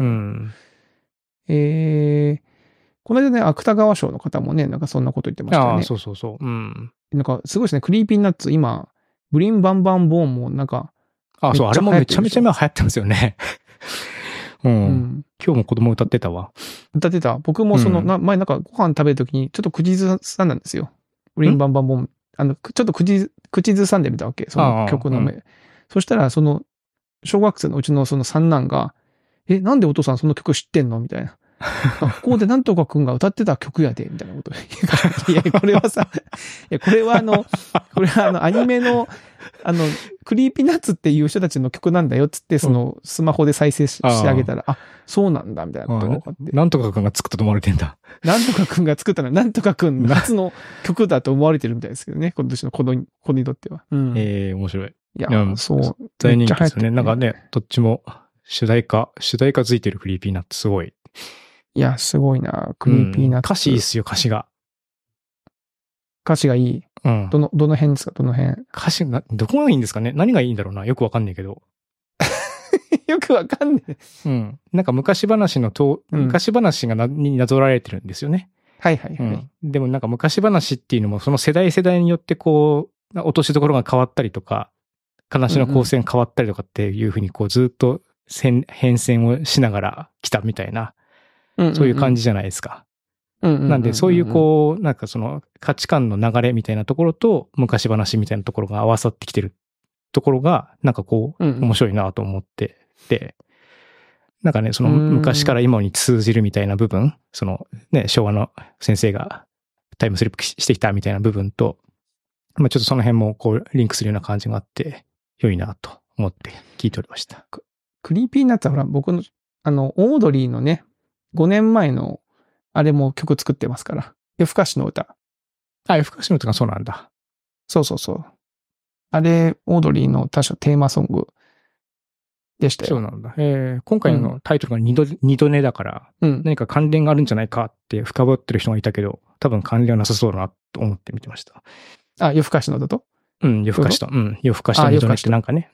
この間ね、芥川賞の方もね、なんかそんなこと言ってましたよね。 そう。 なんかすごいですね。クリーピーナッツ、今、ブリンバンバンボーンもなんか、 そう、あれもめちゃめちゃ今流行ってますよね。今日も子供歌ってたわ。 歌ってた。僕も前なんかご飯食べるときにちょっと口ずさんだんですよ。ブリンバンバンボーン。ちょっと口ずさんでみたわけ。その曲の目。そしたら、小学生のうちのその三男が、なんでお父さんその曲知ってんのみたいな。学校でなんとかくんが歌ってた曲やで、みたいなこと言うから。いや、これはさ、これはアニメの、クリーピーナッツっていう人たちの曲なんだよっつって、スマホで再生してあげたら、そうなんだ、みたいなことが分かって。 なんとかくんが作ったと思われてんだ。 なんとかくんが作ったのは、なんとかくん夏の曲だと思われてるみたいですけどね、今年の子にとっては。 面白い。 いや、そう。 大人気ですよね。なんかね、どっちも主題歌ついてるクリーピーナッツすごい。 いや、すごいな、クリーピーナッツ。 歌詞いいっすよ、歌詞が。 歌詞がいい。どの辺ですか、どの辺。 歌詞が、どこがいいんですかね。何がいいんだろうな。よくわかんないけど。 よくわかんない。 なんか昔話になぞられてるんですよね。 はいはいはい。 でもなんか昔話っていうのもその世代によってこう、落としどころが変わったりとか、話の構成が変わったりとかっていうふうにこうずっと変遷をしながら来たみたいな、そういう感じじゃないですか。なんでそういうこう、なんかその価値観の流れみたいなところと昔話みたいなところが合わさってきてるところが、なんかこう、面白いなと思ってて、なんかね、その昔から今に通じるみたいな部分、そのね、昭和の先生がタイムスリップしてきたみたいな部分と、ちょっとその辺もこうリンクするような感じがあって、良いなと思って聞いておりました。 クリーピーナッツはほら、僕の、オードリーのね、5年前の、あれも曲作ってますから。夜更かしの歌。 夜更かしの歌がそうなんだ。 そう。あれ、オードリーの確かテーマソングでしたよ。 そうなんだ。今回のタイトルが二度寝だから、何か関連があるんじゃないかって深掘ってる人がいたけど、多分関連はなさそうだなと思って見てました。 夜更かしの歌と？ 夜更かしと。夜更かしと二度寝ってなんかね。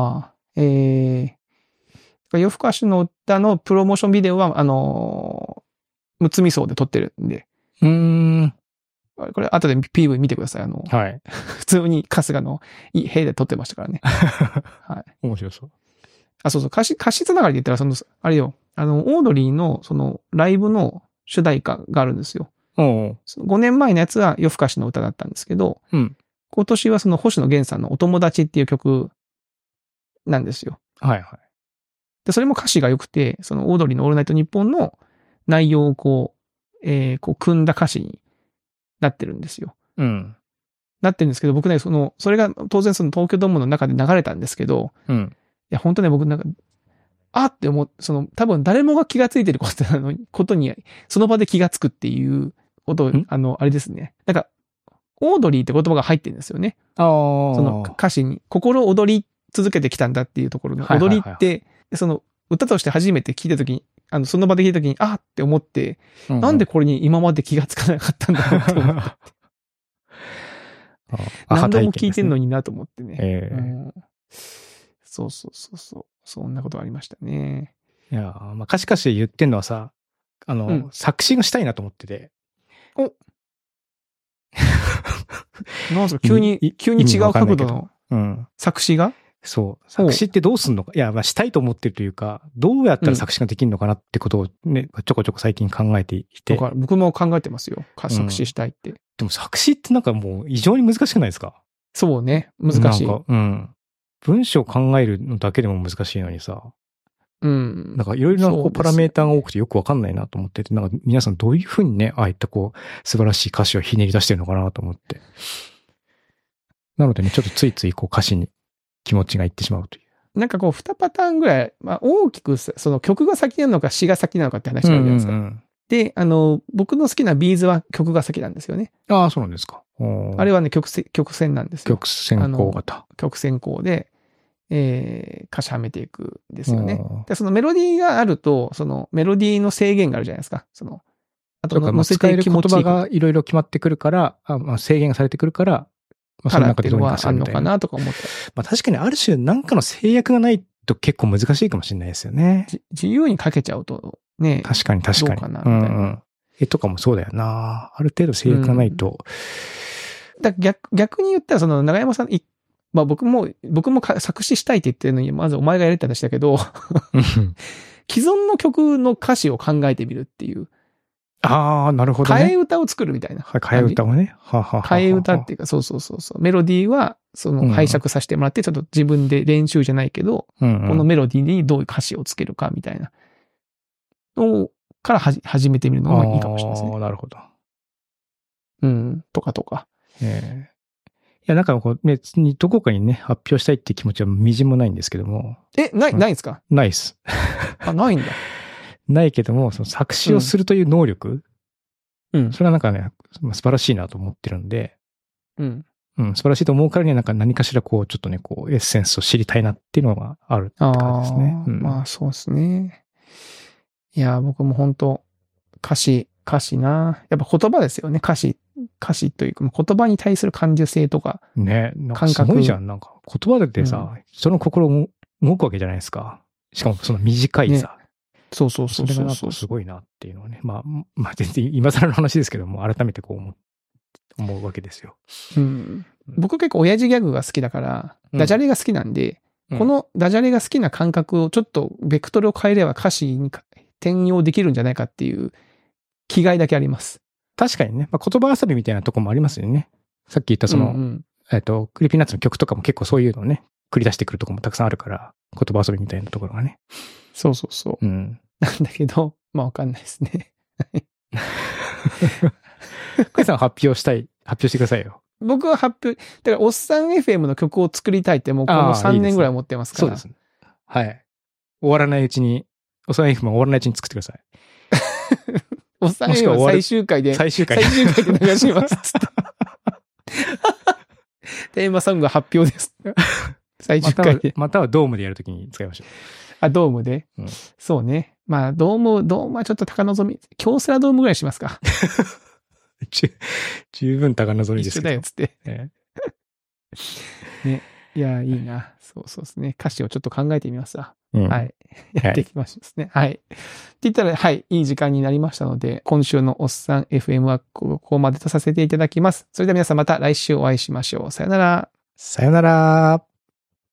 夜更かしの歌のプロモーションビデオは、むつみ荘で撮ってるんで。これ、後で PV 見てください。 はい。 普通に春日の部屋で撮ってましたからね。はい。 面白そう。 そう。歌詞つながりで言ったら、あれよ、オードリーの、ライブの主題歌があるんですよ。5年前のやつは夜更かしの歌だったんですけど、今年は星野源さんのお友達っていう曲なんですよ。 はいはい。 で、それも歌詞が良くて、オードリーのオールナイトニッポンの内容をこう組んだ歌詞になってるんですよ。なってるんですけど、僕ね、それが当然東京ドームの中で流れたんですけど、いや、本当ね、僕なんか、って思う、多分誰もが気がついてることに、その場で気がつくっていうことを、あれですね。なんか、オードリーって言葉が入ってるんですよね。その歌詞に、心躍り続けてきたんだっていうところの、踊りって、歌として初めて聞いたときに、その場で聞いたときに、って思って、なんでこれに今まで気がつかなかったんだろうと思って。何度も聞いてんのになと思ってね。そう。そんなことありましたね。 いや、歌詞で言ってんのはさ、作詞がしたいなと思ってて。 なんすか、急に違う角度の作詞が？ そう。作詞ってどうすんのか。いや、したいと思ってるというか、どうやったら作詞ができるのかなってことをね、ちょこちょこ最近考えていて。 僕も考えてますよ。作詞したいって。 でも作詞ってなんかもう異常に難しくないですか？ そうね。難しい。 文章を考えるのだけでも難しいのにさ、 うん。 なんかいろいろなそうですパラメーターが多くてよくわかんないなと思ってて、なんか皆さんどういうふうにね、ああいった素晴らしい歌詞をひねり出してるのかなと思って。なのでね、ちょっとついつい歌詞に気持ちがいってしまうという。 なんか2パターンぐらい、大きくその曲が先なのか詩が先なのかって話があるじゃないですか。で、僕の好きなビーズは曲が先なんですよね。 ああ、そうなんですか。 あれはね、曲線なんですよ。 曲先行型。 曲先行で、歌詞はめていくんですよね。で、そのメロディーがあると、そのメロディーの制限があるじゃないですか。あと乗せて気持ちいい。 使える言葉がいろいろ決まってくるから、制限がされてくるから、 その中でどうにかするみたいな。あるのかなとか思った。 確かにある種何かの制約がないと結構難しいかもしれないですよね。 自由に書けちゃうとね。 確かに。どうかなみたいな。 絵とかもそうだよな。ある程度制約がないと。 だ逆に言ったら、長山さん、僕も作詞したいって言ってるのに、まずお前がやれって話だけど、既存の曲の歌詞を考えてみるっていう。 ああ、なるほどね。 替え歌を作るみたいな。 替え歌をね。 替え歌っていうか、そう。メロディーは、拝借させてもらって、ちょっと自分で練習じゃないけど、このメロディーにどういう歌詞をつけるかみたいなのから始めてみるのがいいかもしれないですね。 ああ、なるほど。 とか。 いや、なんか別にどこかにね、発表したいって気持ちはみじんもないんですけども。 ないんですか？ ないっす。 ないんだ。 ないけども、その作詞をするという能力、それはなんかね、素晴らしいなと思ってるんで、素晴らしいと思うからにはなんか何かしらちょっとね、エッセンスを知りたいなっていうのがあるって感じですね。 そうですね。いや、僕も本当歌詞な。やっぱ言葉ですよね、歌詞というか、言葉に対する感受性とか。 ね、なんかすごいじゃん。なんか言葉でさ、人の心も動くわけじゃないですか。しかもその短いさ。 そう。 それがなんかすごいなっていうのはね。全然今更の話ですけども、改めて思うわけですよ。 僕結構親父ギャグが好きだから、ダジャレが好きなんで、このダジャレが好きな感覚をちょっとベクトルを変えれば歌詞に転用できるんじゃないかっていう気概だけあります。 確かにね。言葉遊びみたいなとこもありますよね。さっき言ったクリピーナッツの曲とかも結構そういうのをね、繰り出してくるとこもたくさんあるから、言葉遊びみたいなところがね。 そう。なんだけど、わかんないですね。 クイさん発表してくださいよ。 僕はだからおっさん FM の曲を作りたいってもうこの3年ぐらい思ってますから。 そうですね。はい。終わらないうちに、おっさん FM 終わらないうちに作ってください。 おっさん FM 最終回で流しますっつって。テーマソング発表です。最終回で。 またはドームでやるときに使いましょう。ドームで、そうね。ドームはちょっと高望み。京セラドームぐらいしますか。 十分高望みですけど。 一緒だよ、つって。ね。いや、いいな。そうですね。歌詞をちょっと考えてみますわ。はい。やっていきましょうですね。はい。って言ったら、はい。いい時間になりましたので、今週のおっさん FM はここまでとさせていただきます。それでは皆さんまた来週お会いしましょう。さよなら。 さよなら。